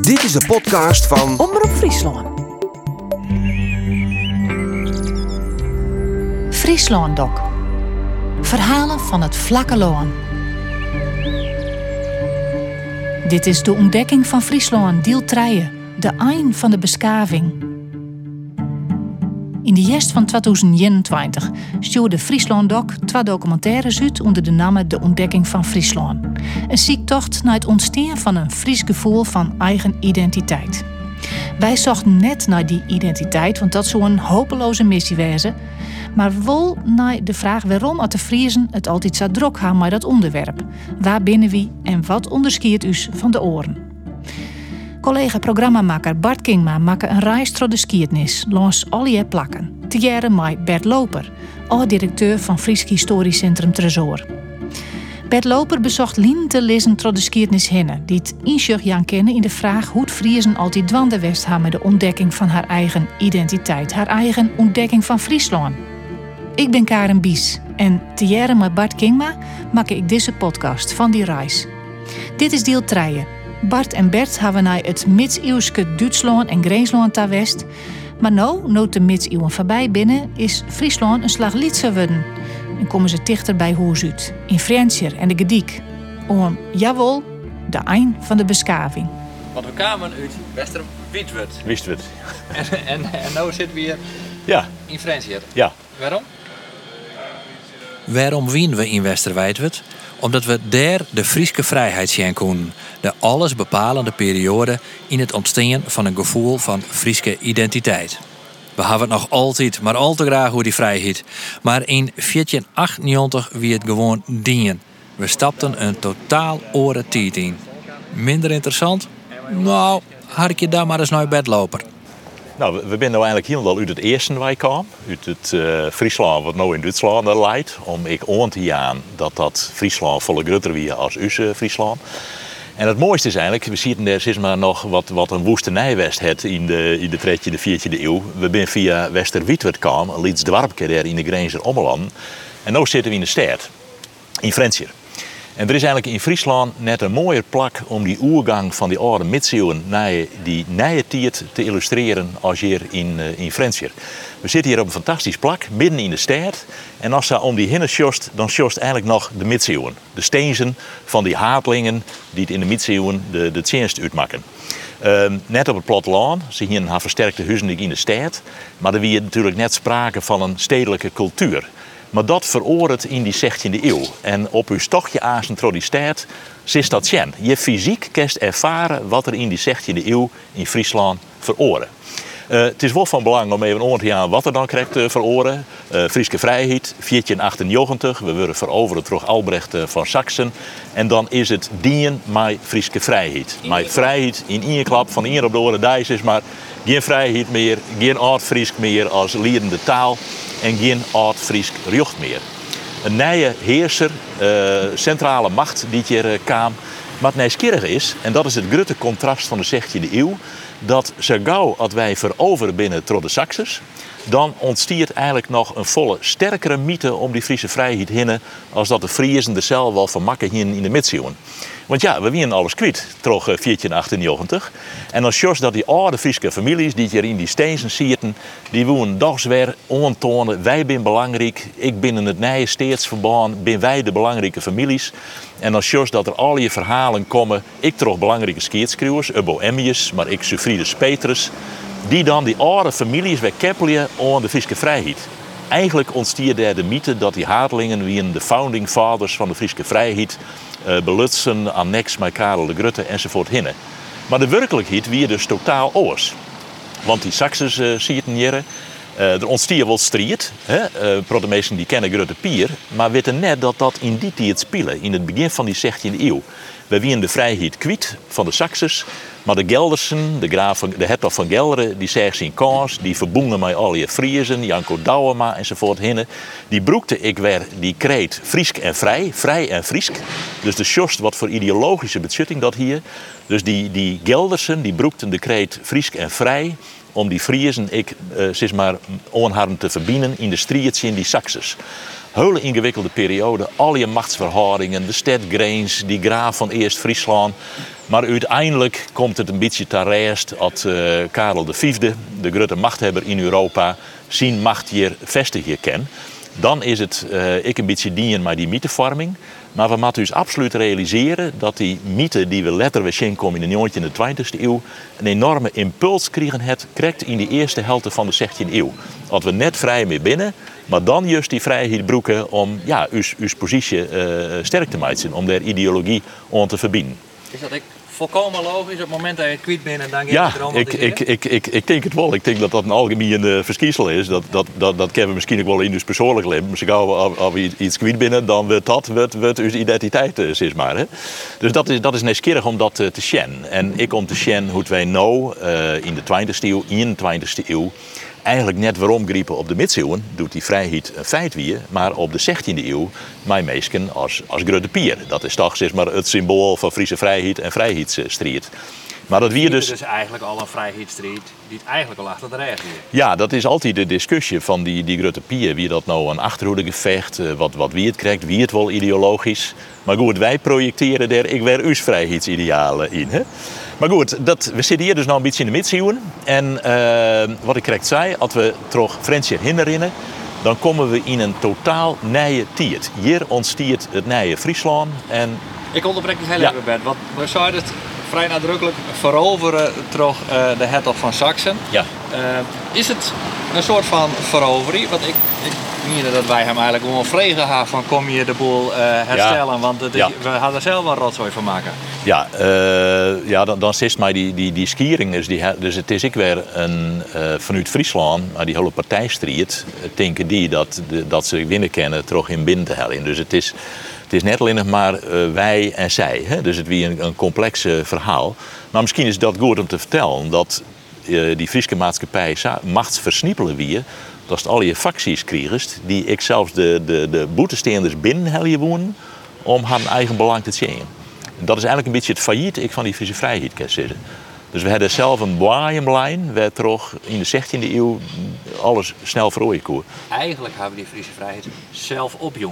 Dit is de podcast van Omroep Friesland. Friesland Doc. Verhalen van het vlakke loon. Dit is de ontdekking van Friesland, deel 3, de eind van de beschaving. In de jest van 2021 stuurde Friesland Doc 2 documentaires uit onder de naam De Ontdekking van Friesland. Een ziektocht naar het ontstaan van een Fries gevoel van eigen identiteit. Wij zochten net naar die identiteit, want dat zou een hopeloze missie wezen. Maar wel naar de vraag waarom de Friezen het altijd zo druk hebben met dat onderwerp. Waar binnen wie en wat onderscheidt u van de oren? Collega-programmamaker Bart Kingma maakte een reis door de skiertnis langs alle plakken. Te jaren met Bert Loper, oud-directeur van Fries Historisch Centrum Tresor. Bert Loper bezocht Lien te lezen door de skiertnis henne, die het inzicht Jan kennen in de vraag hoe het Friezen altijd dwande west hebben met de ontdekking van haar eigen identiteit, haar eigen ontdekking van Friesland. Ik ben Karen Bies en te jaren met Bart Kingma maak ik deze podcast van die reis. Dit is deel 3. Bart en Bert hebben naar het middeleeuwse Duitsland en Greensland ter west. Maar nou de middeleeuwen voorbij binnen, is Friesland een slag liedser worden. En komen ze dichter bij huis uit, in Frensjer en de Gediek. Om, jawel, de eind van de beschaving. Want we kwamen uit Wester-Witwerd. Wistwerd. En nu zitten we hier in Frensjer. Ja. Waarom? Waarom wienen we in Wester-Witwerd? Omdat we daar de Frieske vrijheid zien konden. De alles bepalende periode in het ontstaan van een gevoel van Frieske identiteit. We hebben het nog altijd, maar al te graag hoe die vrijheid. Maar in 1498 wie het gewoon dienen. We stapten een totaal oren tijd in. Minder interessant? Nou, had ik je daar maar eens naar Bert Loper. Nou, we zijn nou eigenlijk helemaal uit het eerste waar ik kwam. Uit het Friesland wat nou in Duitsland leidt. Om ik aan te gaan dat Friesland volle groter wie als onze Friesland. En het mooiste is eigenlijk, we zien er is maar nog wat een woestenijwest het in de 3e, de 4e eeuw. We zijn via Wester-Witwerd gekomen, een liets dwarpje daar in de Grijnzer Ommeland. En nu zitten we in de stad, in Frensjer. En er is eigenlijk in Friesland net een mooier plak om die oergang van die oude middeleeuwen naar die nieuwe tijd te illustreren als hier in Frensjer. We zitten hier op een fantastisch plak, midden in de stad. En als je om die hinnen sjost, dan sjost eigenlijk nog de middeleeuwen. De steensen van die haatlingen die het in de middeleeuwen de tjenst uitmaken. Net op het platteland, ze hier een versterkte huizen in de stad. Maar er was natuurlijk net sprake van een stedelijke cultuur. Maar dat veroordeelt in die 16e eeuw. En op uw tochtje aan door die stad is dat zien. Je fysiek kerst ervaren wat er in die 16e eeuw in Friesland veroordeelt. Het is wel van belang om even aan te gaan wat er dan krijgt veroren. Frieske vrijheid, 1498. We worden veroverd door Albrecht van Saxen. En dan is het dien met Frieske vrijheid. Met vrijheid in één klap van één op de oren dijs is maar geen vrijheid meer, geen oud-Friesk meer als lerende taal en geen oud-Friesk recht meer. Een nieuwe heerser, centrale macht die hier kwam. Maar het nieuwsgierige is, en dat is het grote contrast van de 16e eeuw, dat zo gauw als wij veroveren binnen door de Saxers, dan ontstiert eigenlijk nog een volle sterkere mythe om die Friese vrijheid heen als dat de Friezen er zelf wel van makken hier in de middeleeuwen. Want ja, we winnen alles kwijt, toch 1498. En als jos dat die oude Friese families die hier in die steensen zitten, die wonen dags weer aantonen, wij zijn belangrijk, ik ben in het nieuwe steedsverband, ben wij de belangrijke families. En als jos dat er al je verhalen komen, ik toch belangrijke skeetskruwers, Ubbo Emmius, maar ik Sufridus Petrus, die dan die oude families weer keppelen aan de Friese vrijheid. Eigenlijk ontstiert daar de mythe dat die haatlingen wie de founding fathers van de Friese vrijheid belutsen, annex met Karel de Grutte enzovoort hinnen. Maar de werkelijkheid wie dus totaal oors. Want die Saxers zitten hier, er ontstiert wel strijd. De meesten die kennen Grutte Pier, maar weten net dat dat in die tijd spelen, in het begin van die 16e eeuw. We winnen de vrijheid kwijt van de Saxers, maar de Geldersen, de hertog van Gelderen, die zegt zijn kans, die verbonden met al je Friezen, Janko Douwema enzovoort hinnen, die broekte ik weer die kreet Friesk en vrij en Friesk. Dus de sjost wat voor ideologische bezutting dat hier. Dus die Geldersen, die broekten de kreet Friesk en vrij, om die Friezen onharm te verbinden in de strijd in die Saxers. hele ingewikkelde periode. Al je machtsverhoudingen, de stadgrenzen, die graaf van Eerst-Friesland. Maar uiteindelijk komt het een beetje te rest dat Karel V, de grote machthebber in Europa, zijn macht hier vestigen kan. Dan is het ik een beetje dienen met die mythevorming. Maar we moeten dus absoluut realiseren dat die mythe die we letterlijk zien komen in de 19e en de 20e eeuw een enorme impuls krijgen correct in de eerste helft van de 16e eeuw. Dat we net vrij meer binnen, maar dan juist die vrijheid broeken om uw positie sterk te maken, om daar ideologie aan te verbinden. Is dat volkomen logisch op het moment dat je het kwijt bent en dan ja, ik denk het wel. Ik denk dat dat een algemeen verschijnsel is. Dat kennen we misschien ook wel in ons persoonlijk leven. Dus als we iets kwijt binnen, dan wordt uw identiteit, zeg maar. Hè. Dus dat is nieuwsgierig om dat te zien. En ik om te zien hoe wij nou in de 20e eeuw, 21e eeuw, eigenlijk net waarom griepen op de middeleeuwen, doet die vrijheid een feit weer, maar op de 16e eeuw mijn meesken als grote pier. Dat is toch zeg maar het symbool van Friese vrijheid en vrijheidsstrijd. Maar dat weer dus eigenlijk al een vrijheidsstrijd die het eigenlijk al achter de rug is. Ja, dat is altijd de discussie van die grote pier. Wie dat nou een achterhoedegevecht, wat wie het krijgt, wie het wel ideologisch. Maar goed, wij projecteren daar ik weer uw vrijheidsidealen in. Hè? Maar goed, we zitten hier dus nou een beetje in de middeleeuwen. En wat ik correct zei, als we terug Frensje herinneren, dan komen we in een totaal nieuwe tijd. Hier ontstiert het nieuwe Friesland. En ik onderbreek je heel even, Bert. Want we zouden het vrij nadrukkelijk veroveren door de hertog van Saxen. Ja. Is het een soort van verovering? Want ik meen dat wij hem eigenlijk gewoon vregen hebben van kom je de boel herstellen. Ja. Want we hadden er zelf wel rotzooi van maken. Ja, dan zit mij die skiering. Dus het is ik weer vanuit Friesland, maar die hele partijstrijd, denken die dat ze winnen kennen terug in binnen te halen. Dus het is net alleen nog maar wij en zij. Hè? Dus het is weer een complex verhaal. Maar misschien is dat goed om te vertellen dat die Friese maatschappij machtsversnippelen weer. Dat al je facties krijgt die ik zelfs de boetesteenders binnen wonen om hun eigen belang te zien. Dat is eigenlijk een beetje het failliet van die Friese vrijheid kan zitten. Dus we hadden zelf een boaienlijn waar toch in de 16e eeuw alles snel verrooien kon. Eigenlijk hebben we die Friese vrijheid zelf opjong.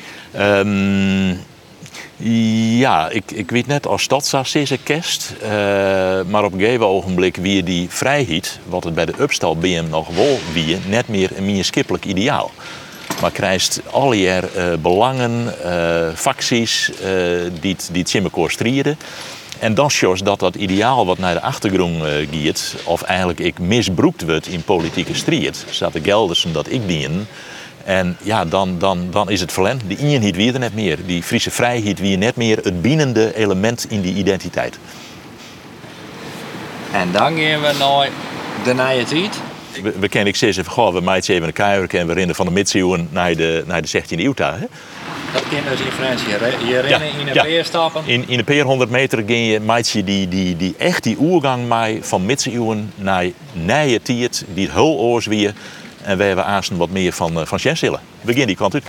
Ja, ik weet net als dat zo is kerst. Maar op een gegeven ogenblik weer die vrijheid, wat het bij de opstal BM nog wel weer, net meer een meerschappelijk ideaal. Maar krijgt al je belangen, facties die het elkaar strijden. En dan is dat ideaal wat naar de achtergrond gaat, of eigenlijk ik misbruikt wordt in politieke strijd, zodat de Geldersen dat ik dien. En ja, dan is het verlend. De eenheid weer er net meer. Die Friese vrijheid weer net meer het bindende element in die identiteit. En dan gaan we naar de nieuwe tijd. We kennen ik zeggen, we maken even een kuier en we rennen van de middeleeuwen naar de 16e eeuw. Hè? Dat kennen we in Fransje. Je rennen in een peer stappen. In een paar 100 meter maak je die oergang mee van middeleeuwen naar nieuwe tijd, die het heel oors weer. En wij hebben aanstaan wat meer van Sjensillen. We beginnen die kant uit.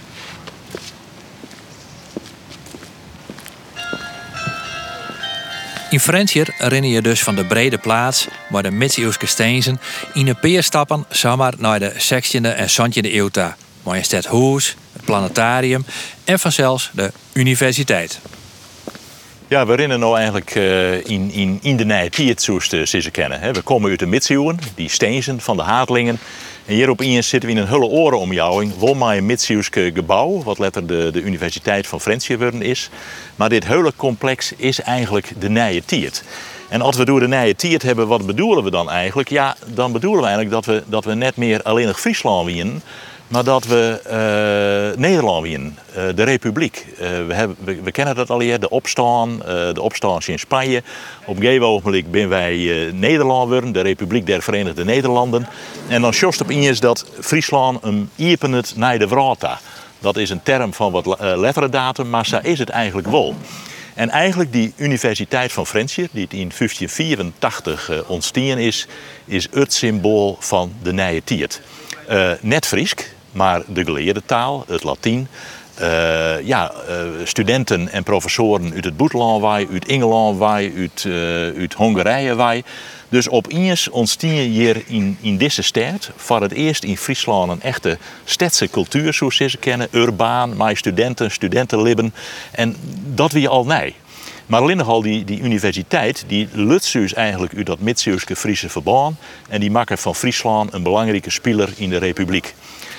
In Frensjer rennen je dus van de brede plaats, waar de middeleeuwse steensen, in een peer stappen zomaar naar de 16e en 17e eeuw. Maar een stadhuis, het planetarium en vanzelfs de universiteit. Ja, we rennen nu eigenlijk in de nieuwe tijd, zoals ze kennen. We komen uit de middeleeuwen, die steensen van de Haatlingen. En hierop zitten we in een hele orenomjouwing. Wel maar een middeleeuws gebouw, wat later de Universiteit van Frensje geworden is. Maar dit hele complex is eigenlijk de nieuwe tijd. En als we door de nieuwe tijd hebben, wat bedoelen we dan eigenlijk? Ja, dan bedoelen we eigenlijk dat we net meer alleen nog Friesland winnen, maar dat we Nederland winnen, de Republiek. We kennen dat al hier, de opstand in Spanje. Op een gegeven ogenblik zijn wij Nederland geworden, de Republiek der Verenigde Nederlanden. En dan sjost op is dat Friesland een iepenet naar de Vrata. Dat is een term van wat letterendatum, maar zo is het eigenlijk wel. En eigenlijk die Universiteit van Frensje, die in 1584 ontstaan is het symbool van de nieuwe tijd. Net Friesk, maar de geleerde taal, het Latijn, studenten en professoren uit het buitenland wij, uit Engeland wij, uit Hongarije wij. Dus opeens ontstond hier in deze stad voor het eerst in Friesland een echte stedse cultuur, zoals ze kennen, urbaan, met studenten, studentenlibben. En dat wie al nee. Maar alleen nogal die universiteit, die lutst dus eigenlijk uit dat Midzeeuwse Friese verband en die maken van Friesland een belangrijke speler in de Republiek.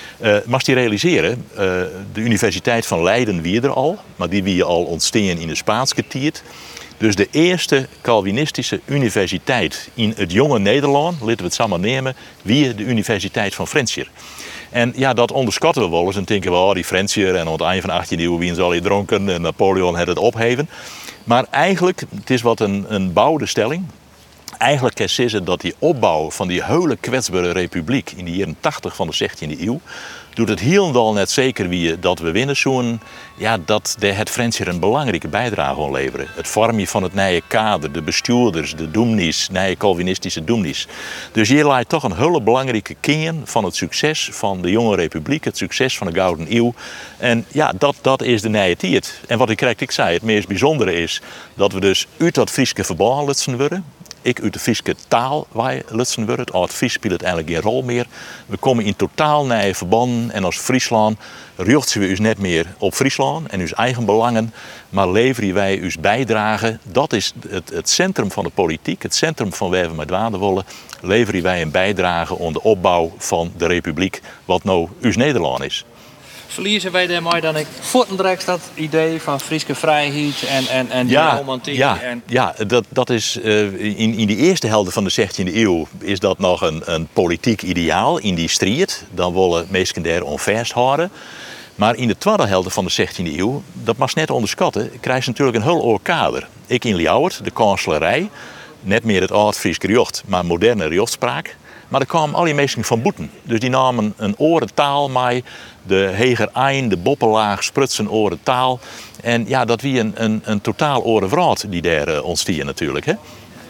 Mag die realiseren, de Universiteit van Leiden wie er al, maar die wie al ontstaan in de Spaanse tijd. Dus de eerste Calvinistische universiteit in het jonge Nederland, laten we het samen nemen, wie de Universiteit van Frenchier. En ja, dat onderschatten we wel eens en denken we, oh, die Frenchier en aan het einde van de 18e eeuw wie zal hij dronken en Napoleon had het opheven. Maar eigenlijk, het is wat een bouwde stelling. Eigenlijk is het dat die opbouw van die hele kwetsbare republiek in de jaren 80 van de 16e eeuw, doet het helemaal net zeker wie dat we winnen zo'n, ja, dat de het Frenchier een belangrijke bijdrage aan leveren. Het vormen van het nieuwe kader, de bestuurders, de doemnies, nieuwe Calvinistische doemnies. Dus hier lijkt toch een hele belangrijke kern van het succes van de jonge republiek, het succes van de Gouden Eeuw. En ja, dat is de nieuwe tijd. En wat ik zei, het meest bijzondere is dat we dus uit dat Frieske verband lutsen worden. Ik uit de Frieske taal wij lutsen worden. Het Oud-Fries speelt het eigenlijk geen rol meer. We komen in totaal nieuwe verbanden en als Friesland richten we ons net meer op Friesland en ons eigen belangen, maar leveren wij ons bijdrage. Dat is het centrum van de politiek, het centrum van waar we met waarde willen. Leveren wij een bijdrage aan de opbouw van de republiek, wat nou ons Nederland is. Verliezen wij daarmee dan voortdurend dat idee van Frieske vrijheid en die romantiek? Ja, dat is in die eerste helft van de 16e eeuw is dat nog een politiek ideaal in die strijd. Dan willen mensen daar aan vasthouden. Maar in de tweede helft van de 16e eeuw, dat mag net onderschatten, krijgt ze natuurlijk een heel oud kader. Ik in Ljouwert, de kanselarij, net meer het Oud-Fries gejocht, maar moderne riohtspraak. Maar er kwamen al die mensen van boeten. Dus die namen een orentaal mee, de heger ein, de boppelaag, sprutsen orentaal. En ja, dat wie een totaal orenvraat die daar ontstond natuurlijk. Hè?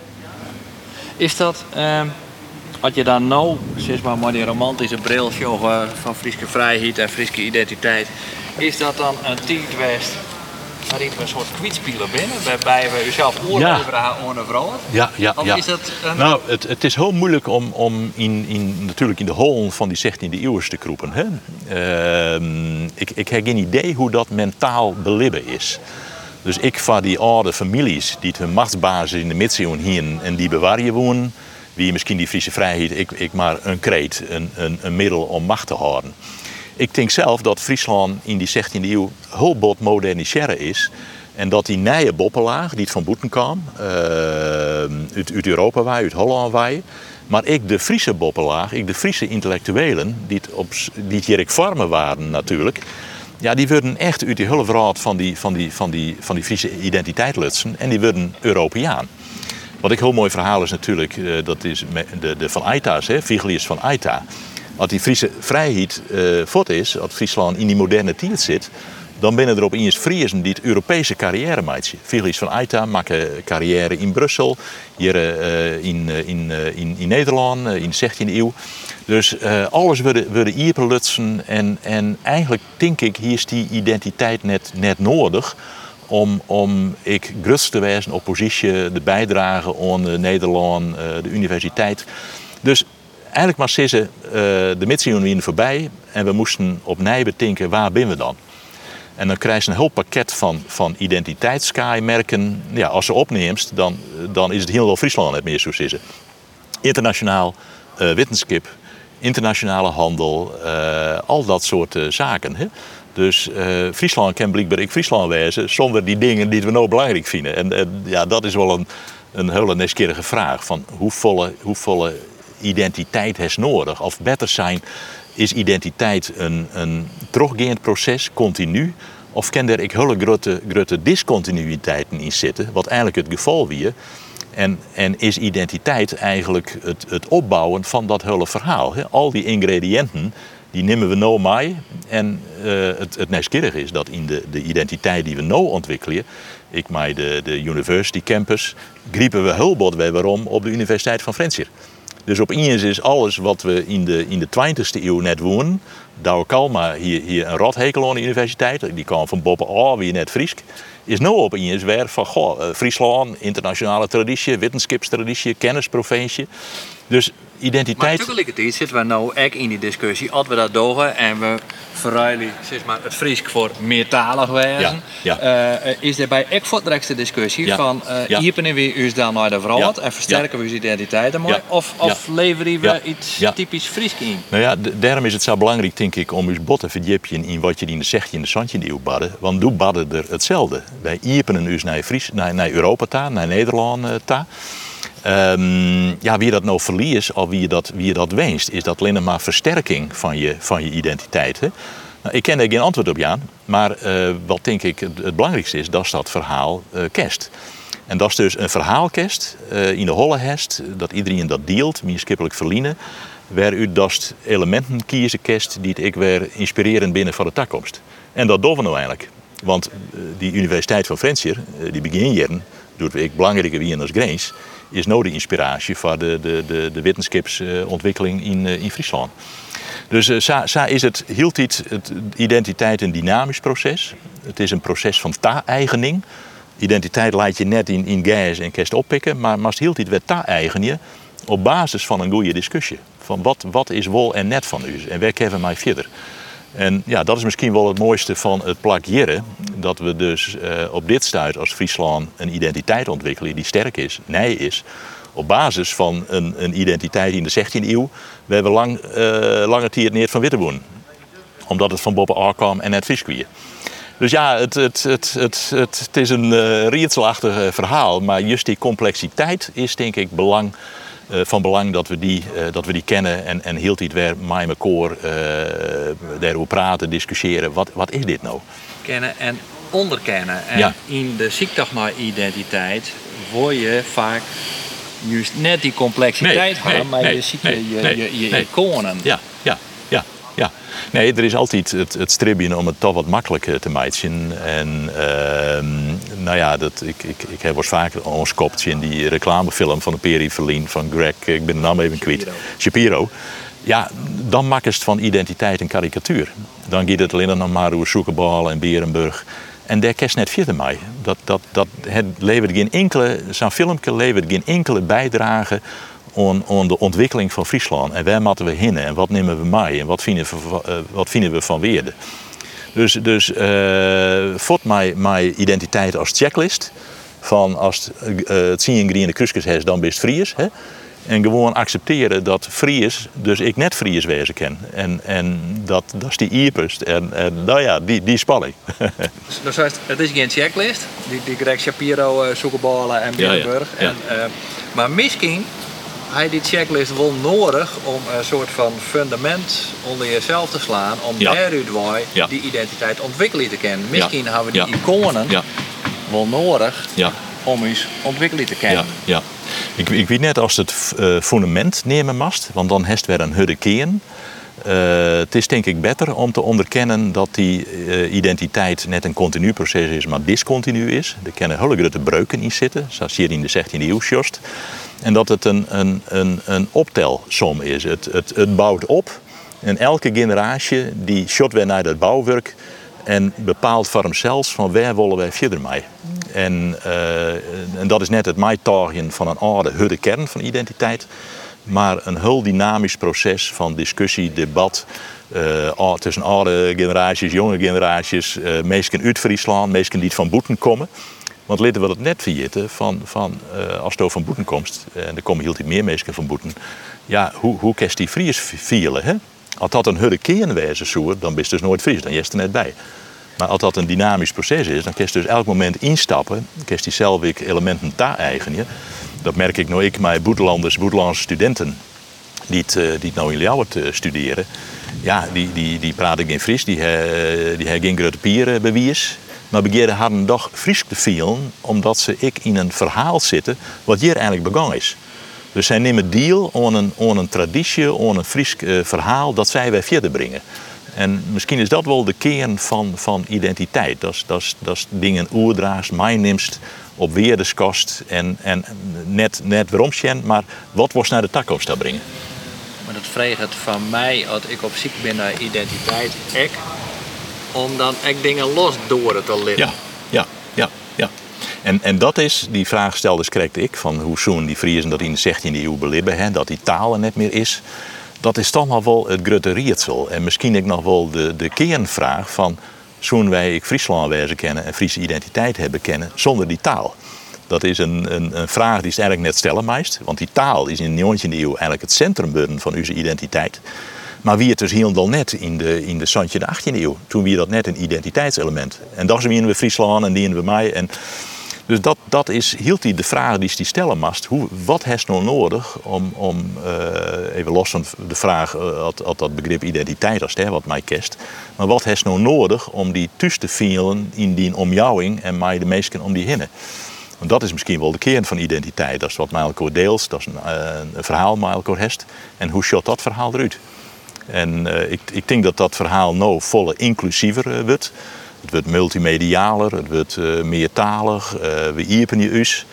Is dat, wat je dan nou, zeg maar die romantische bril van Frieske vrijheid en Frieske identiteit, is dat dan een tijd geweest waarin we een soort kwietspieler binnen, waarbij we uzelf oorleveren aan een vrouw? Ja. Is dat een... Nou, het is heel moeilijk om natuurlijk in de holen van die 16e eeuw te kroepen. Hè? Ik heb geen idee hoe dat mentaal belibben is. Dus ik van die oude families die hun machtsbasis in de middeleeuwen hier en die bewaren wonen, wie misschien die Friese vrijheid, ik maar een kreet, een middel om macht te houden. Ik denk zelf dat Friesland in die 16e eeuw heel bot moderniseren is. En dat die nieuwe boppelaag, die het van boeten kwam, uit Europa wij, uit Holland wij. Maar ik de Friese boppelaag, de Friese intellectuelen, die het hier vormen waren natuurlijk. Ja, die worden echt uit die hulpverhaal van die Friese identiteit lutsen. En die worden Europeaan. Wat ik heel mooi verhaal is natuurlijk, dat is de Van Ayta's, Vigilius van Ayta. Als die Friese vrijheid voort is, als Friesland in die moderne tijd zit, dan binnen er opeens Friesen die het Europese carrière maken. Vigilius van Ayta maken carrière in Brussel, hier in Nederland, in de 16e eeuw. Dus alles worden ieperlutsen en eigenlijk denk ik, hier is die identiteit net nodig om ik gerust te wijzen op positie, de bijdrage aan Nederland, de universiteit. Dus eigenlijk maar zeggen, de middeleeuwen waren voorbij en we moesten opnieuw bedenken waar zijn we dan. En dan krijg je een heel pakket van identiteitskenmerken. Ja, als ze opneemt, dan is het heel Friesland net meer zo zeggen. Internationaal wetenschap, internationale handel, al dat soort zaken. Hè? Dus Friesland kan blijkbaar Friesland wezen zonder die dingen die we nou belangrijk vinden. En ja, dat is wel een hele nieuwsgierige vraag. Van hoe volle identiteit is nodig? Of beter zijn, is identiteit een teruggaand proces, continu? Of kan er hele grote discontinuïteiten in zitten, wat eigenlijk het geval weer? En is identiteit eigenlijk het opbouwen van dat hele verhaal? Hè? Al die ingrediënten, die nemen we nou mee. En het nieuwsgierige is dat in de identiteit die we nou ontwikkelen, ik met de University Campus, griepen we heel bot weer waarom op de Universiteit van Frenchier. Dus opeens is alles wat we in de 20e eeuw net woonden. Douwe Kalma, hier een rothekel aan de universiteit. Die kwam van bovenaf, wie net Friesk. Is nu opeens weer van Friesland, internationale traditie, wetenschapstraditie, kennisprovincie. Dus identiteit. Maar tegelijkertijd zitten we nou echt in die discussie. Als we dat doen en we verruilen zeg maar, het Friesk voor meertalig wezen. Is er bij ook voortdurende discussie van iepen we ons dan naar de vrouw en versterken we onze identiteit ermee? Of leveren we iets typisch Friesk in? Nou ja, daarom is het zo belangrijk denk ik om ons bot te verdiepen in wat je in de 16e en 17e eeuw badden. Want toen badden er hetzelfde. Wij iepenen ons naar Europa ta, naar Nederland ta. Wie dat nou verliest of wie je dat wenst, is dat alleen maar versterking van je identiteit. Hè? Nou, ik ken daar geen antwoord op, Jaan. Maar wat denk ik het belangrijkste is, dat is dat verhaal kerst. En dat is dus een verhaalkest in de holle hest, dat iedereen dat deelt, maatschappelijk verliezen, waar u dat elementen kiezen kerst die ik weer inspirerend binnen voor de toekomst. En dat doen we nou eigenlijk. Want die Universiteit van Frensier, die beginjaren, doet ik belangrijker wie als Grains, is nou de inspiratie voor de wetenschapsontwikkeling in Friesland. Dus is het hield het identiteit een dynamisch proces. Het is een proces van ta-eigening. Identiteit laat je net in gas en kerst oppikken, maar hield het weer ta-eigen op basis van een goede discussie. Van wat is wol en net van u en waar kunnen we mij verder? En ja, dat is misschien wel het mooiste van het plak Jirre. Dat we dus op dit stuit als Friesland een identiteit ontwikkelen die sterk is, nee is. Op basis van een identiteit in de 16e eeuw. We hebben lange tijd niet van Witteboen. Omdat het van boven A kwam en net Fries kwam. Dus ja, het is een rietselachtig verhaal. Maar juist die complexiteit is denk ik van belang dat we die kennen en heel tijd weer met elkaar daarover praten, discussiëren. Wat is dit nou? Kennen en onderkennen. En in de zoektocht naar identiteit word je vaak juist net die complexiteit maar je ziet je iconen. Ja. Nee, er is altijd het stribben om het toch wat makkelijker te maken. En ik heb wel vaak ons kopje in die reclamefilm van de Peri Verlien van Greg, ik ben de naam even kwijt, Shapiro. Ja, dan maakt het van identiteit een karikatuur. Dan gaat het alleen nog maar over Soekerbal en Berenburg. En daar kerst net verder mee. Het levert geen enkele, zo'n filmpje levert geen enkele bijdrage aan de ontwikkeling van Friesland. En waar moeten we heen en wat nemen we mee en wat vinden we van weerde. Dus voort mijn identiteit als checklist. Van als het zien in de kruisjes heeft, dan best Fries. Hè? En gewoon accepteren dat Fries, dus ik net Fries wezen ken. En dat is die ierpust. En nou ja, die spanning. Dus het is geen checklist. Die Greg Shapiro, Soekerballen en Berenburg. Ja. Maar misschien heb je die checklist wel nodig om een soort van fundament onder jezelf te slaan. Om daaruit die identiteit ontwikkelen te kennen. Misschien hebben we die iconen wel nodig om eens ontwikkeling te kennen. Ja. Ik weet net als het fundament nemen mast, want dan heeft weer een hurricane. Het is denk ik beter om te onderkennen dat die identiteit net een continu proces is, maar discontinu is. Er kunnen hele grote breuken in zitten, zoals hier in de 16e eeuw just. En dat het een optelsom is. Het bouwt op en elke generatie die shot weer naar dat bouwwerk en bepaalt voor hemzelf van waar willen wij verder mee. En dat is net het meetagen van een oude harde kern van identiteit. Maar een heel dynamisch proces van discussie, debat tussen oude generaties, jonge generaties, mensen uit Friesland, mensen die van boeten komen. Want laten we dat net vergeten van als je van boeten komt, en er komen heel veel meer mensen van boeten. Ja, hoe kan die Fries vielen? Hè? Als dat een hurricane wezen zou, dan ben je dus nooit Fries, dan is je er net bij. Maar als dat een dynamisch proces is, dan kun je dus elk moment instappen, kun je die zelf elementen ta-eigenen. Dat merk ik nou met buitenlandse studenten die het nou in Ljouwert studeren. Ja, die praten geen Fries, die hebben geen grote pierbewijs. Maar beginnen hadden toch Fries te vielen, omdat ze in een verhaal zitten wat hier eigenlijk begonnen is. Dus zij nemen deel aan een traditie, aan een Fries verhaal dat zij weer verder brengen. En misschien is dat wel de kern van identiteit. Dat is dingen oerdraast, meenimst, op weerdeskost en net waarom zijn, maar wat was naar de toekomst te brengen. Maar dat vraagt het van mij, als ik op zoek ben naar identiteit, om dan dingen los door te leren. Ja. En dat is, die vraag stelde correct ik, van hoe zoen die Friesen dat in de 16e eeuw belibben, dat die taal er net meer is. Dat is toch nog wel het grote raadsel. En misschien ik nog wel de kernvraag van, zoen wij Friesland wezen kennen en Friese identiteit hebben kennen zonder die taal. Dat is een vraag die is eigenlijk net stellen meest. Want die taal is in de 19e eeuw eigenlijk het centrum van onze identiteit. Maar wie het dus helemaal net in de Santje de 18e eeuw. Toen wie dat net een identiteitselement. En dat zijn we Friesland en die we mij. En dus dat is, hield hij de vraag die hij stellen moest. Wat heeft nou nodig om even los van de vraag, dat begrip identiteit als wat mij kest. Maar wat heeft nou nodig om die thuis te vielen in die omjouwing en mij de meesten om die hinnen. Want dat is misschien wel de kern van identiteit. Dat is wat mij elkaar deelt, dat is een verhaal met elkaar heeft. En hoe ziet dat verhaal eruit? En ik denk dat verhaal nou volle inclusiever wordt. Het wordt multimedialer, het wordt meertalig, we iepen us.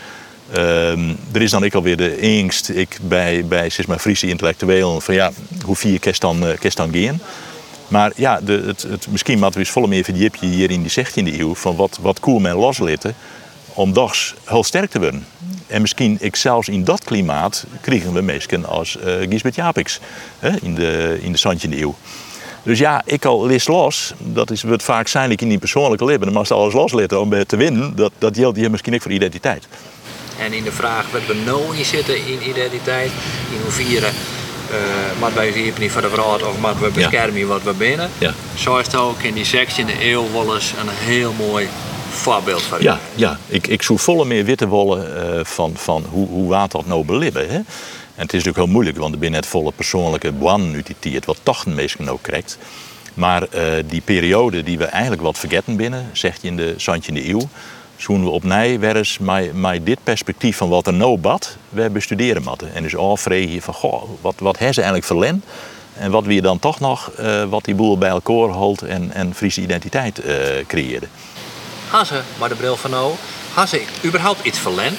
Er is dan ook alweer de angst bij zeg maar, Friese intellectuelen van ja, hoe vier kerst dan gaan. Maar ja, misschien moeten we eens volle meer verdiepen hier in die 16e eeuw van wat koel men loslitten om dags heel sterk te worden. En misschien zelfs in dat klimaat kregen we mensen als Gisbert Japix in de 17e eeuw. Dus ja, ik al lis los, wordt vaak zijnlijk in die persoonlijke leven. Dan mag je alles loslitten om te winnen. Dat geldt hier misschien ook voor identiteit. En in de vraag wat we nou in zitten in identiteit, in hoeverre maar wij zien niet van de vrouw of maar we beschermen wat we binnen. Ja. Zo is het ook in die 16e eeuw wel eens een heel mooi voorbeeld van. Ja. Ik zou volle meer weten willen van hoe waard dat nou belibben. Hè? En het is natuurlijk heel moeilijk, want er binnen het volle persoonlijke belang wat toch een meestal nou krijgt. Maar die periode die we eigenlijk wat vergeten binnen, zegt je in de 17e eeuw, zoen we opnieuw weer eens met dit perspectief van wat er nou bad, we bestuderen moeten. En dus afvragen je van, goh, wat hebben ze eigenlijk verlen? En wat we dan toch nog, wat die boel bij elkaar houdt en Friese identiteit creëerde. Hasse, maar de bril van nou, hasse überhaupt iets verlen?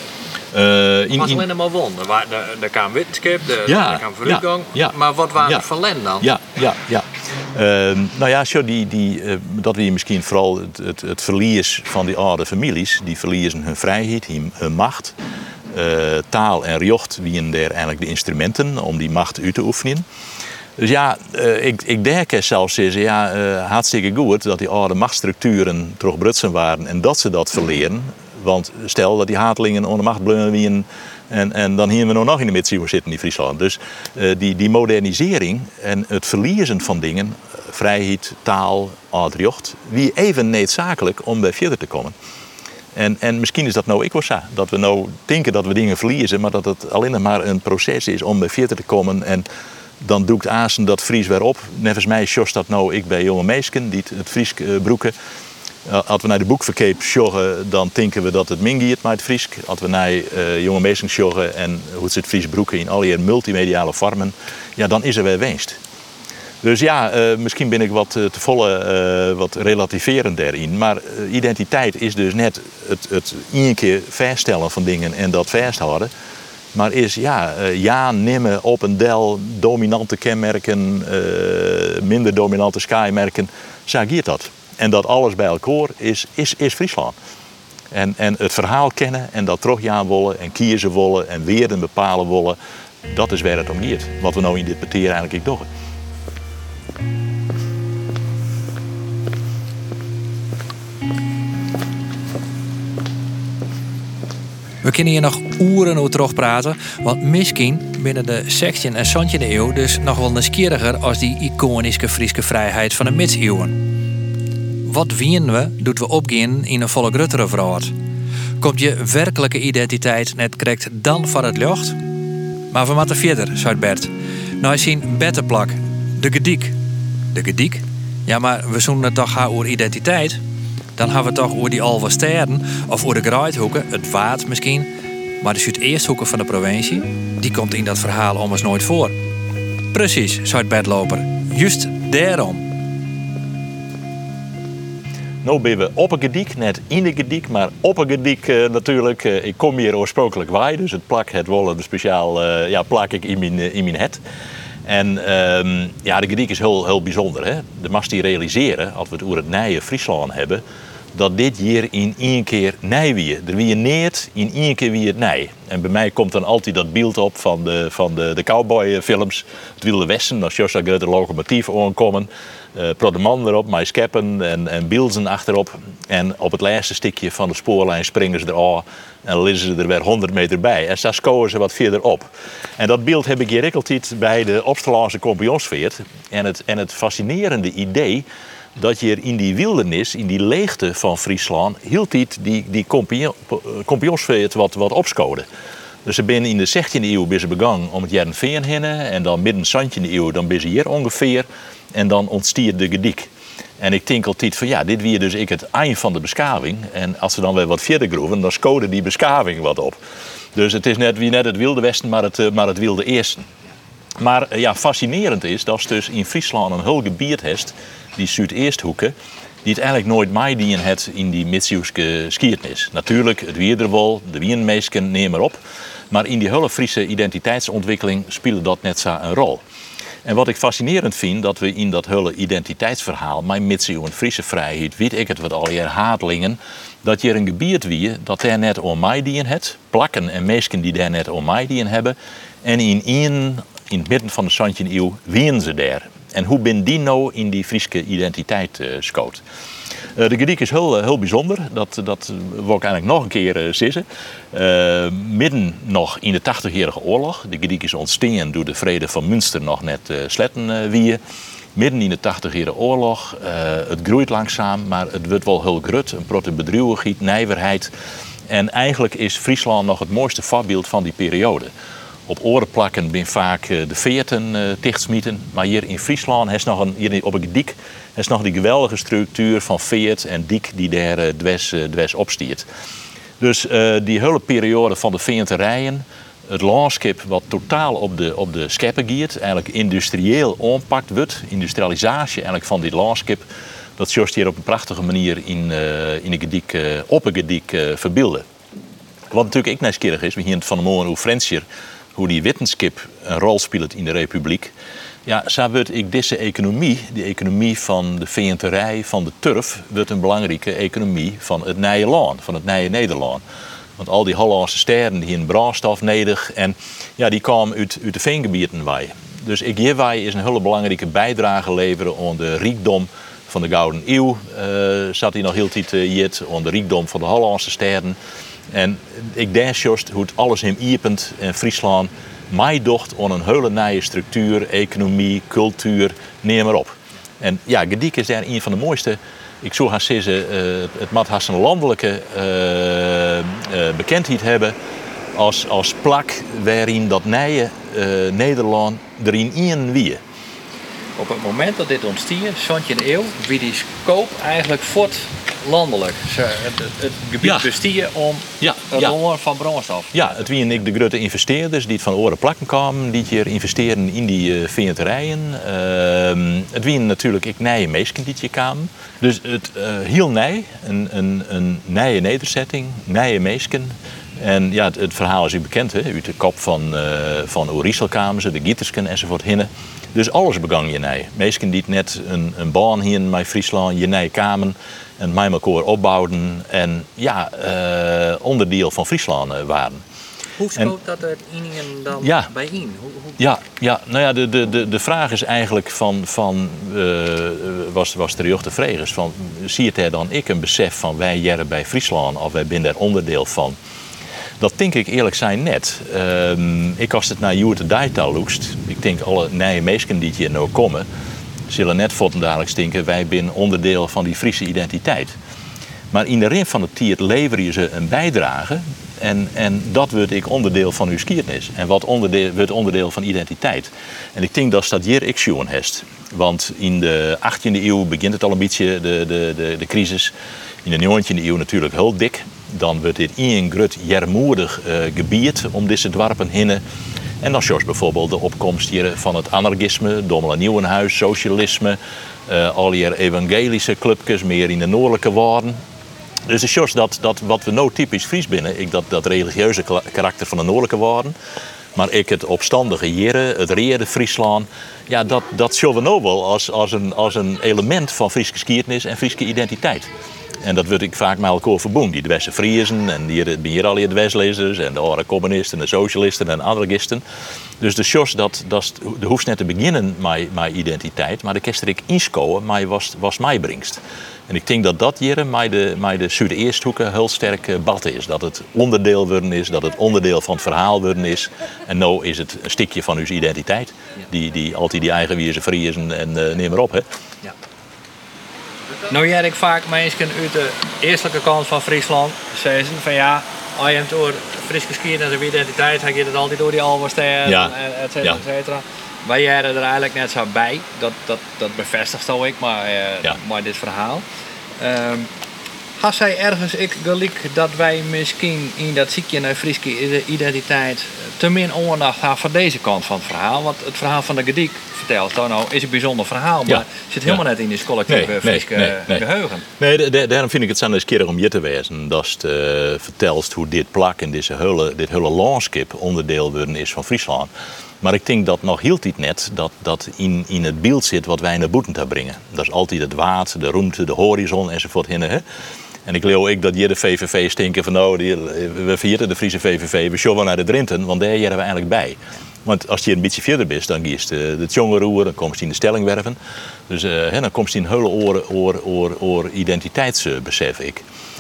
Was alleen maar won. Er kwam wetenschap, er kwam vooruitgang. Maar wat waren verlen dan? Nou ja, dat we misschien vooral het verlies van die oude families. Die verliezen hun vrijheid, hun macht. Taal en rjocht wien daar eigenlijk de instrumenten om die macht uit te oefenen. Dus ja, ik denk zelfs zeggen, hartstikke goed dat die oude machtsstructuren toch brutsen waren en dat ze dat verleren. Want stel dat die hatelingen onder macht blijven en dan hier we nog in de middenzijde zitten in Friesland. Dus die modernisering en het verliezen van dingen, vrijheid, taal, oud-rjocht, wie even noodzakelijk om bij verder te komen. En misschien is dat nou ik wel zo, dat we nou denken dat we dingen verliezen, maar dat het alleen maar een proces is om bij verder te komen. En dan doekt Azen dat Fries weer op. Nevens mij sjost dat nou ik bij jonge meisken die het Fries broeken. Als we naar de boekverkeep sjoggen, dan denken we dat het mingiert met het Fries. Als we naar jonge meisken sjoggen en hoe ze het Fries broeken in alle multimediale vormen, ja, dan is er weer winst. Dus ja, misschien ben ik wat te volle, wat relativerend daarin. Maar identiteit is dus net het één keer vaststellen van dingen en dat vasthouden. Maar is nemen op een del dominante kenmerken, minder dominante skymerken, zagiert dat. En dat alles bij elkaar is Friesland. En het verhaal kennen en dat teruggaan willen en kiezen willen en weer bepalen willen, dat is waar het om gaat. Wat we nou in dit peteer eigenlijk doen. We kunnen hier nog uren over terugpraten, want misschien binnen de 16e en 17e eeuw dus nog wel nieuwsgieriger als die iconische Friese vrijheid van de middeleeuwen. Wat wienen we, doet we opgaan in een volle gruttere vrouwt? Komt je werkelijke identiteit net correct dan van het licht? Maar we moeten verder, zei Bert. Nou zien bettenplak, de gediek. De gediek? Ja, maar we zoeken het toch over identiteit? Dan hebben we het toch over die alve sterren of over de Graaithoeken, het Waard misschien. Maar de Zuid-Eersthoeken van de provincie, die komt in dat verhaal ommers nooit voor. Precies, zei Bert Loper. Juist daarom. Nu ben we op een gediek, net in een gediek, maar op een gediek natuurlijk. Ik kom hier oorspronkelijk waai, dus het plak, het wollen, speciaal plak ik in mijn het. En de gediek is heel bijzonder. Hè? De mast die realiseren, als we het over het nije Friesland hebben, dat dit hier in één keer nij wie. Er wie neert, in één keer wie het nij. En bij mij komt dan altijd dat beeld op van de cowboyfilms. Het Wilde Westen, als Jossa de locomotief aankomen. De man erop, met skeppen en bielzen achterop. En op het laatste stukje van de spoorlijn springen ze er al en liggen ze er weer 100 meter bij. En zo scoren ze wat verderop. En dat beeld heb ik hier ook altijd bij de Opstellaanse kampioensveert. En het fascinerende idee dat je in die wildernis, in die leegte van Friesland, hield die kampioensveert wat opscoden. Dus ze zijn in de 16e eeuw begonnen om het jaren 40 heen. En dan midden 17e eeuw, dan ben ze hier ongeveer. En dan ontstiert de gediek. En ik denk altijd van dit weer dus het eind van de beschaving. En als we dan weer wat verder groeven, dan scoorde die beschaving wat op. Dus het is net het Wilde Westen, maar het Wilde Eersten. Maar fascinerend is dat je dus in Friesland een heel gebied hebt, die Zuideersthoeken, die het eigenlijk nooit meedien het in die middeleeuwse geschiedenis. Natuurlijk, het Wierderwol, de Wienmeesken, neem maar op. Maar in die hele Friese identiteitsontwikkeling speelde dat net zo een rol. En wat ik fascinerend vind, dat we in dat hele identiteitsverhaal, mijn middeleeuwen Friese vrijheid, weet ik het wat al je haatelingen, dat je een gebied wie dat daar net om mij dien het, plakken en meesken die daar net om mij dien hebben, en in het midden van de 17e eeuw wien ze daar. En hoe ben die nou in die Friese identiteit scoot? De gediek is heel bijzonder. Dat wil ik eigenlijk nog een keer zeggen. Midden nog in de 80-jarige oorlog. De gediek is ontstaan door de vrede van Münster nog net sletten wie. Midden in de 80-jarige oorlog. Het groeit langzaam, maar het wordt wel heel grut. Een protte bedrijvigheid, nijverheid. En eigenlijk is Friesland nog het mooiste voorbeeld van die periode. Op orenplakken ben vaak de veerten tichtsmieten. Maar hier in Friesland hier op een gediek is nog die geweldige structuur van veert en diek die daar dwes opstiert. Dus die hele periode van de veenterijen, het landschap wat totaal op de scheppen giert, eigenlijk industrieel aanpakt wordt, industrialisatie eigenlijk van dit landschap, dat zoals hier op een prachtige manier in een gediek, op een gediek verbeelden. Wat natuurlijk ook nieuwsgierig is, we hier van de morgen hoe Frenscher, hoe die wetenschap een rol speelt in de Republiek. Ja, zo wordt ik deze economie, die economie van de veenterij, van de turf, wordt een belangrijke economie van het nije land, van het nije Nederland. Want al die Hollandse sterren die in brandstof nodig en die kwamen uit de veengebieden wij. Dus wij is een hele belangrijke bijdrage leveren aan de rijkdom van de Gouden Eeuw. Zat hij nog heel tijd jet aan de rijkdom van de Hollandse sterren. En ik denk juist hoe het alles in Ierpend en Friesland mij docht aan een hele nieuwe structuur, economie, cultuur, neem maar op. En gediek is daar een van de mooiste. Ik zou gaan zeggen, het moet haast een landelijke bekendheid hebben als plak waarin dat nieuwe Nederland erin in wie. Op het moment dat dit ontstier, 17e eeuw, wie die scope eigenlijk voort landelijk. Het gebied bestier om het honger van brandstof. Ja, het waren ik de grote investeerders die het van oren plakken kwamen, die hier investeren in die veenterijen. Het waren natuurlijk ik nieuwe meesken die hier kwamen. Dus het heel nieuw, een nieuwe nederzetting, nieuwe meesken. En het verhaal is u bekend, hè? Uit de kop van Oerieselkamers, de Gietersken enzovoort hinnen. Dus alles begon je nij. Meesken die net een baan hier in Friesland, je nij kamen en mij elkaar opbouwden en onderdeel van Friesland waren. Hoe schoot dat er in dan bij in? De vraag is eigenlijk was de jeugd de vraag is van, zie het er dan ik een besef van wij jaren bij Friesland of wij zijn daar onderdeel van? Dat denk ik eerlijk zijn net. Ik als het naar Joert de Dijtaal loest, ik denk alle nieuwe meesken die hier nou komen, zullen net voor dadelijk denken, wij zijn onderdeel van die Friese identiteit. Maar in de rin van het tiert lever je ze een bijdrage en dat wordt ik onderdeel van uw geschiedenis. En wat wordt onderdeel van identiteit. En ik denk dat hier ik zo'n heeft. Want in de 18e eeuw begint het al een beetje de crisis. In de 19e eeuw natuurlijk heel dik. Dan wordt dit een groot jarmoedig gebied om deze dwarpen heen. En dan zoals bijvoorbeeld de opkomst hier van het anarchisme, Dommela Nieuwenhuis, socialisme, al hier evangelische clubjes, meer in de noordelijke waarden. Dus het is dat wat we nou typisch Fries binnen, dat religieuze karakter van de noordelijke waarden, maar ik het opstandige jere, het reëerde Friesland, ja, dat zullen we nou wel als een element van Friese geschiedenis en Friese identiteit. En dat word ik vaak met elkaar verbonden. Die Dwesse Friesen en hier al die Dweslezers en de andere communisten, de socialisten en anarchisten. Dus de sjos, dat hoeft net te beginnen met identiteit, maar de kerstrik inschouwen, maar was mij bringst. En ik denk dat hier met de Zuid-Eersthoeken heel sterk bad is. Dat het onderdeel worden is, dat het onderdeel van het verhaal worden is. En nou is het een stukje van uw identiteit. Die altijd die eigen wierse Friesen en neem maar op. Hè. Ja. Nou jij ik vaak mensen uit de eerstelijke kant van Friesland zeggen van ja, als je het door Friese geschiedenis en identiteit, dan gaat het altijd door die Alverster, ja. et cetera, et cetera. Wij jaren er eigenlijk net zo bij, dat bevestigt zo ik maar dit verhaal. Had zij ergens gelijk dat wij misschien in dat ziekje naar Friese identiteit te min aandacht hebben voor deze kant van het verhaal? Want het verhaal van de Gediek vertelt, nou is een bijzonder verhaal, maar zit helemaal net in dit collectieve Friese geheugen. Nee, daarom vind ik het zo nieuwsgierig om je te wezen. Dat je vertelt hoe dit plak en dit hele landschap onderdeel worden is van Friesland. Maar ik denk dat nog hield het net dat in het beeld zit wat wij naar boeten te brengen. Dat is altijd het water, de ruimte, de horizon enzovoort. Hè? En ik geloof dat hier de VVV stinken van nou, we vieren de Friese VVV, we showen naar de Drinten, want daar jaren we eigenlijk bij. Want als je een beetje verder bent, dan kiest de Tjongeroer, dan komt je in de Stellingwerven. Dus dan komt je in een hele oor identiteitsbesef ik.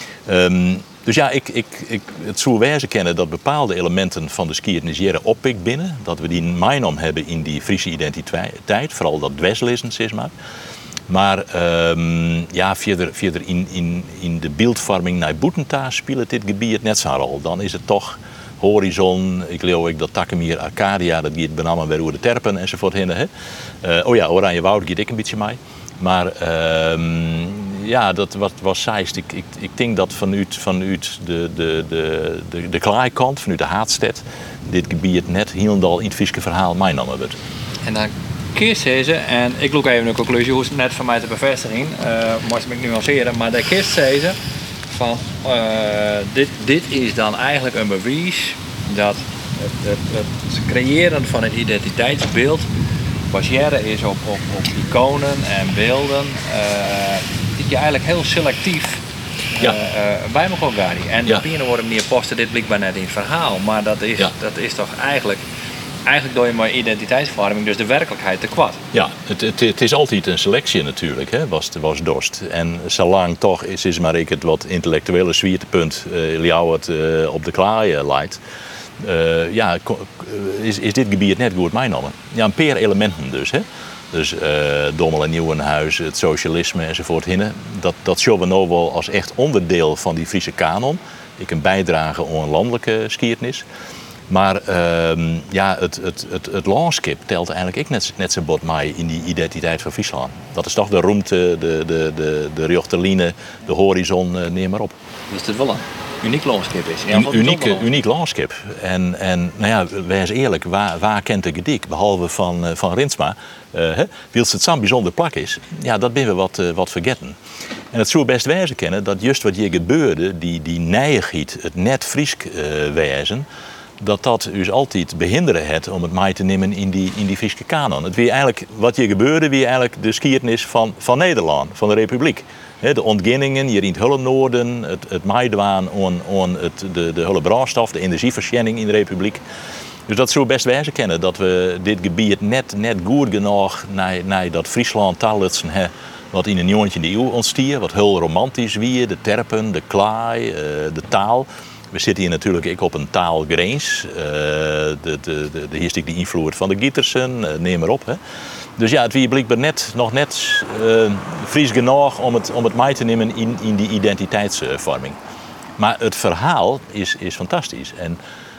Dus ja, het zou wijze kennen dat bepaalde elementen van de skiernis jaren oppikt binnen. Dat we die meenam hebben in die Friese identiteit, vooral dat dweslezen, zeg maar. Maar verder in de beeldvorming naar Boetenta speelt dit gebied net zo'n rol. Dan is het toch horizon, ik geloof dat Takemir Arcadia, dat gaat benamen weer over de terpen enzovoort heen. Oranje Woud gaat ik een beetje mee. Maar dat wat was zeist. Ik denk dat vanuit de klaaikant, vanuit de Haatstedt, dit gebied net helemaal in het Friese verhaal meegenomen wordt. En dan kiest ze, en ik loop even een conclusie, hoe is het net van mij te bevestigen, moest ik nuanceren, maar daar kiest ze van dit is dan eigenlijk een bewijs dat het creëren van een identiteitsbeeld baseren is op iconen en beelden die je eigenlijk heel selectief bij me gaan. En op een of andere manier posten dit blijkbaar net in het verhaal, maar dat is toch eigenlijk door je maar identiteitsvorming, dus de werkelijkheid te kwad. Ja, het is altijd een selectie natuurlijk, hè, was Dorst. En zolang toch is maar ik het wat intellectuele zwiertepunt jou het op de klaai leidt. Is dit gebied net goed meegenomen. Ja, een paar elementen dus. Hè. Dus Dommela Nieuwenhuis, het socialisme enzovoort. Dat zullen we nou wel als echt onderdeel van die Friese kanon. Ik een bijdrage aan een landelijke geschiedenis. Maar het landschap telt eigenlijk ook net zo bot mee in die identiteit van Friesland. Dat is toch de ruimte, de riochterline, de horizon, neem maar op. Dus het wel een uniek landschap is. Uniek landschap. En nou ja, wees eerlijk, waar kent de Gediek, behalve van Rinsma, wils het zo'n bijzonder plak is, ja, dat ben we wat vergeten. En het zou best wijzen kennen dat juist wat hier gebeurde, die neigheid, het net Friesk wijzen, dat dus altijd behinderen het om het mee te nemen in die Friese kanon. Het wie eigenlijk, wat hier gebeurde, wie eigenlijk de geschiedenis van Nederland, van de Republiek. De ontginningen hier in het hele noorden, het meidwaan aan de hele brandstof, de energievoorziening in de Republiek. Dus dat zou best wijzen kennen dat we dit gebied net goed genoeg naar dat Friesland taalutsen hebben, wat in de 19e eeuw ontstier, wat heel romantisch wie, de terpen, de klaai, de taal. We zitten hier natuurlijk ook op een taalgrens. Hier is de invloed van de Gietersen, neem maar op. Hè. Dus ja, het wie blijkbaar nog net Fries genoeg om het mee te nemen in die identiteitsvorming. Maar het verhaal is fantastisch. En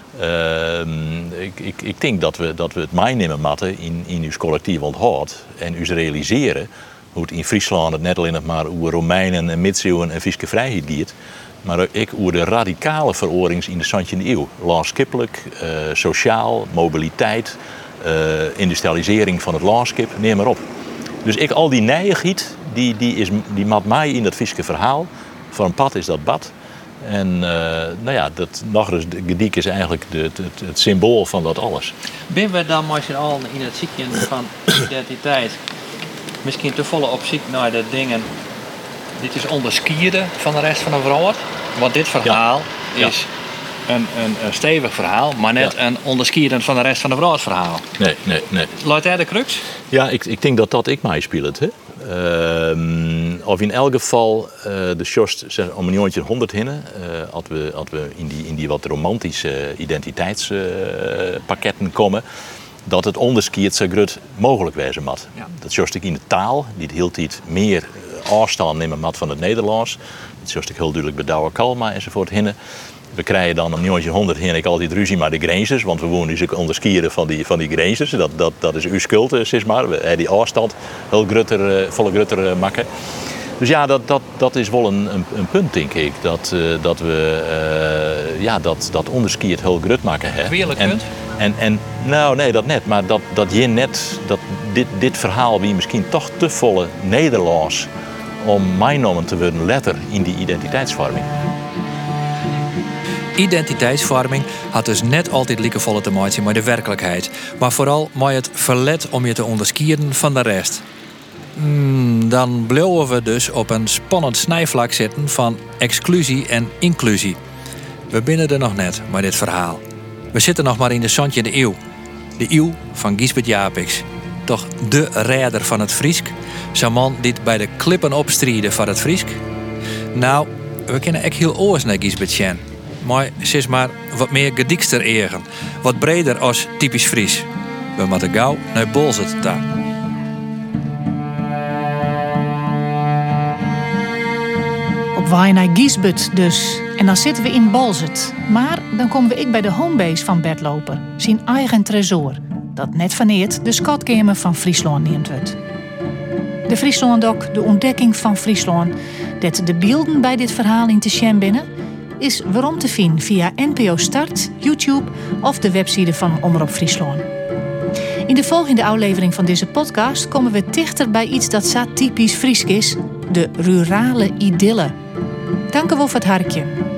ik denk dat we het meenemen moeten in uw collectief onthoud en u realiseren hoe het in Friesland het net alleen maar over Romeinen en Middeleeuwen en Frieske vrijheid gaat. Maar ook over de radicale veroorings in de 17e eeuw. Landskippelijk, sociaal, mobiliteit, industrialisering van het landschap, neem maar op. Dus al die nijigheid, die maakt mij in dat Frieske verhaal. Voor een pad is dat bad. En dat nog eens, de gediek is eigenlijk het symbool van dat alles. Ben we dan met z'n allen in het ziekje van identiteit misschien te volle op zoek naar de dingen? Dit is onderscheiden van de rest van de wereld. Want dit verhaal is een stevig verhaal, maar net een onderscheiden van de rest van de wereld verhaal. Nee. Luidt hij de crux? Ja, ik denk dat ik mij speelt. Of in elk geval, de Sjost om een jongetje 100 hinnen, als we in die wat romantische identiteitspakketten komen, dat het onderscheid zo groot mogelijk wezen moet. Ja. Dat Sjost ik in de taal, die hield tijd meer afstand nemen mat van het Nederlands. Dat Sjost ik heel duidelijk bij Douwe Kalma enzovoort hinnen. We krijgen dan om jongetje 100 heen ik altijd ruzie met de grenzers, want we wonen dus ook onderscheiden van die grenzers. Dat is uw schuld, zeg maar. We hebben die afstand heel volle grutter maken. Dus ja, dat is wel een punt, denk ik. Dat we dat onderscheid heel grut maken. Heerlijk punt? Nou, nee, dat net. Maar dat je net, dit verhaal wie misschien toch te volle Nederlands om meegenomen te worden letter in die identiteitsvorming. Identiteitsvorming had dus net altijd liekevolle te maken met de werkelijkheid. Maar vooral met het verlet om je te onderscheiden van de rest. Dan blijven we dus op een spannend snijvlak zitten van exclusie en inclusie. We binnen er nog net met dit verhaal. We zitten nog maar in de 17e eeuw. De eeuw van Gisbert Japiks. Toch de redder van het Friesk. Zo'n man die bij de klippen opstrieden van het Friesk. Nou, we kennen echt heel oors naar Gisbert Chen. Maar ze is maar wat meer gediekster egen. Wat breder als typisch Fries. We moeten gauw naar Bolzert daar. Op waai naar Gisbert dus. En dan zitten we in Bolzert. Maar dan komen we bij de homebase van Bert Loper. Zijn eigen tresor. Dat net vaneert de schatkamer van Friesland neemt wordt. De Frieslanddoc, de ontdekking van Friesland. Dat de beelden bij dit verhaal in te zien binnen, is waarom te vinden via NPO Start, YouTube of de website van Omroep Friesland. In de volgende aflevering van deze podcast komen we dichter bij iets dat zo typisch Friesk is: de rurale idylle. Dank u wel voor het hartje.